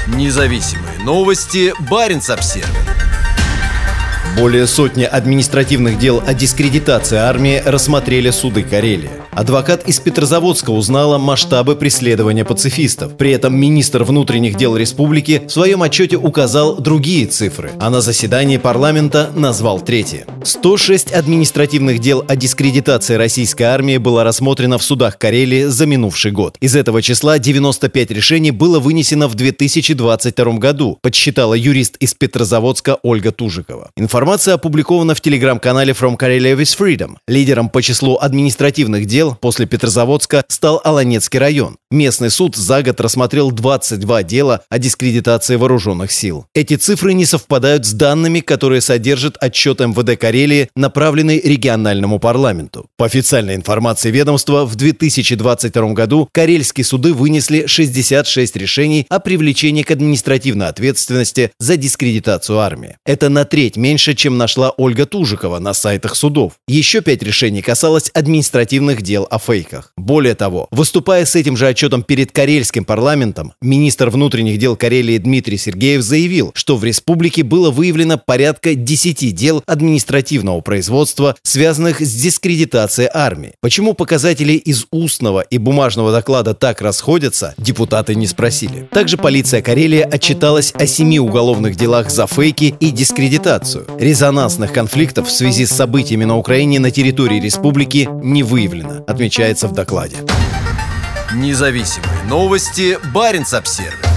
Независимые новости. Баренц-Обсервис. Более сотни административных дел о дискредитации армии рассмотрели суды Карелии. Адвокат из Петрозаводска узнала масштабы преследования пацифистов. При этом министр внутренних дел республики в своем отчете указал другие цифры, а на заседании парламента назвал третьи. 106 административных дел о дискредитации российской армии было рассмотрено в судах Карелии за минувший год. Из этого числа 95 решений было вынесено в 2022 году, подсчитала юрист из Петрозаводска Ольга Тужикова. Информация опубликована в телеграм-канале From Karelia with Freedom. Лидером по числу административных дел после Петрозаводска стал Аланецкий район. Местный суд за год рассмотрел 22 дела о дискредитации вооруженных сил. Эти цифры не совпадают с данными, которые содержит отчет МВД Карелии, направленный региональному парламенту. По официальной информации ведомства, в 2022 году карельские суды вынесли 66 решений о привлечении к административной ответственности за дискредитацию армии. Это на треть меньше, чем нашла Ольга Тужикова на сайтах судов. Еще 5 решений касалось административных дел о фейках. Более того, выступая с этим же отчетом перед карельским парламентом, министр внутренних дел Карелии Дмитрий Сергеев заявил, что в республике было выявлено порядка 10 дел административного производства, связанных с дискредитацией армии. Почему показатели из устного и бумажного доклада так расходятся, депутаты не спросили. Также полиция Карелии отчиталась о 7 уголовных делах за фейки и дискредитацию. Резонансных конфликтов в связи с событиями на Украине на территории республики не выявлено, отмечается в докладе. Независимые новости. Баренц-Обсервис.